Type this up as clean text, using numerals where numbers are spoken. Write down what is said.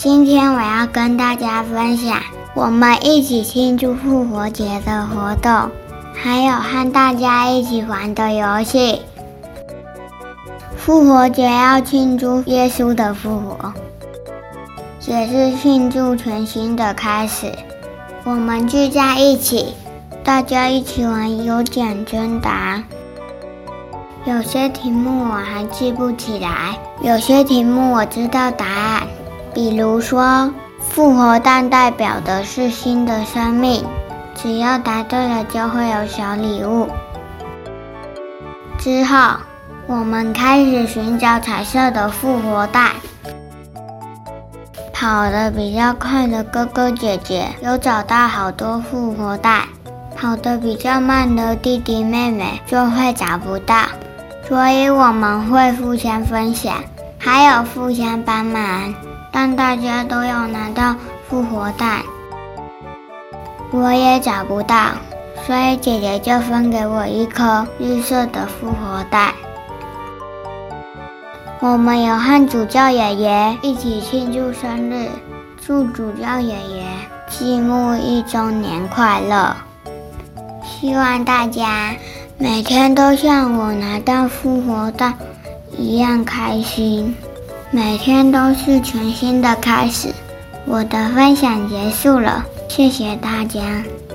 今天我要跟大家分享我们一起庆祝复活节的活动，还有和大家一起玩的游戏。复活节要庆祝耶稣的复活，也是庆祝全新的开始。我们聚在一起，大家一起玩有奖征答。有些题目我还记不起来，有些题目我知道答案。比如说，复活蛋代表的是新的生命，只要答对了就会有小礼物。之后，我们开始寻找彩色的复活蛋。跑得比较快的哥哥姐姐有找到好多复活蛋，跑得比较慢的弟弟妹妹就会找不到，所以我们会互相分享，还有互相帮忙，但大家都有拿到复活蛋。我也找不到，所以姐姐就分给我一颗绿色的复活蛋。我们有和主教爷爷一起庆祝生日，祝主教爷爷祭墓1周年快乐。希望大家每天都像我拿到复活蛋一样开心，每天都是全新的开始。我的分享结束了，谢谢大家。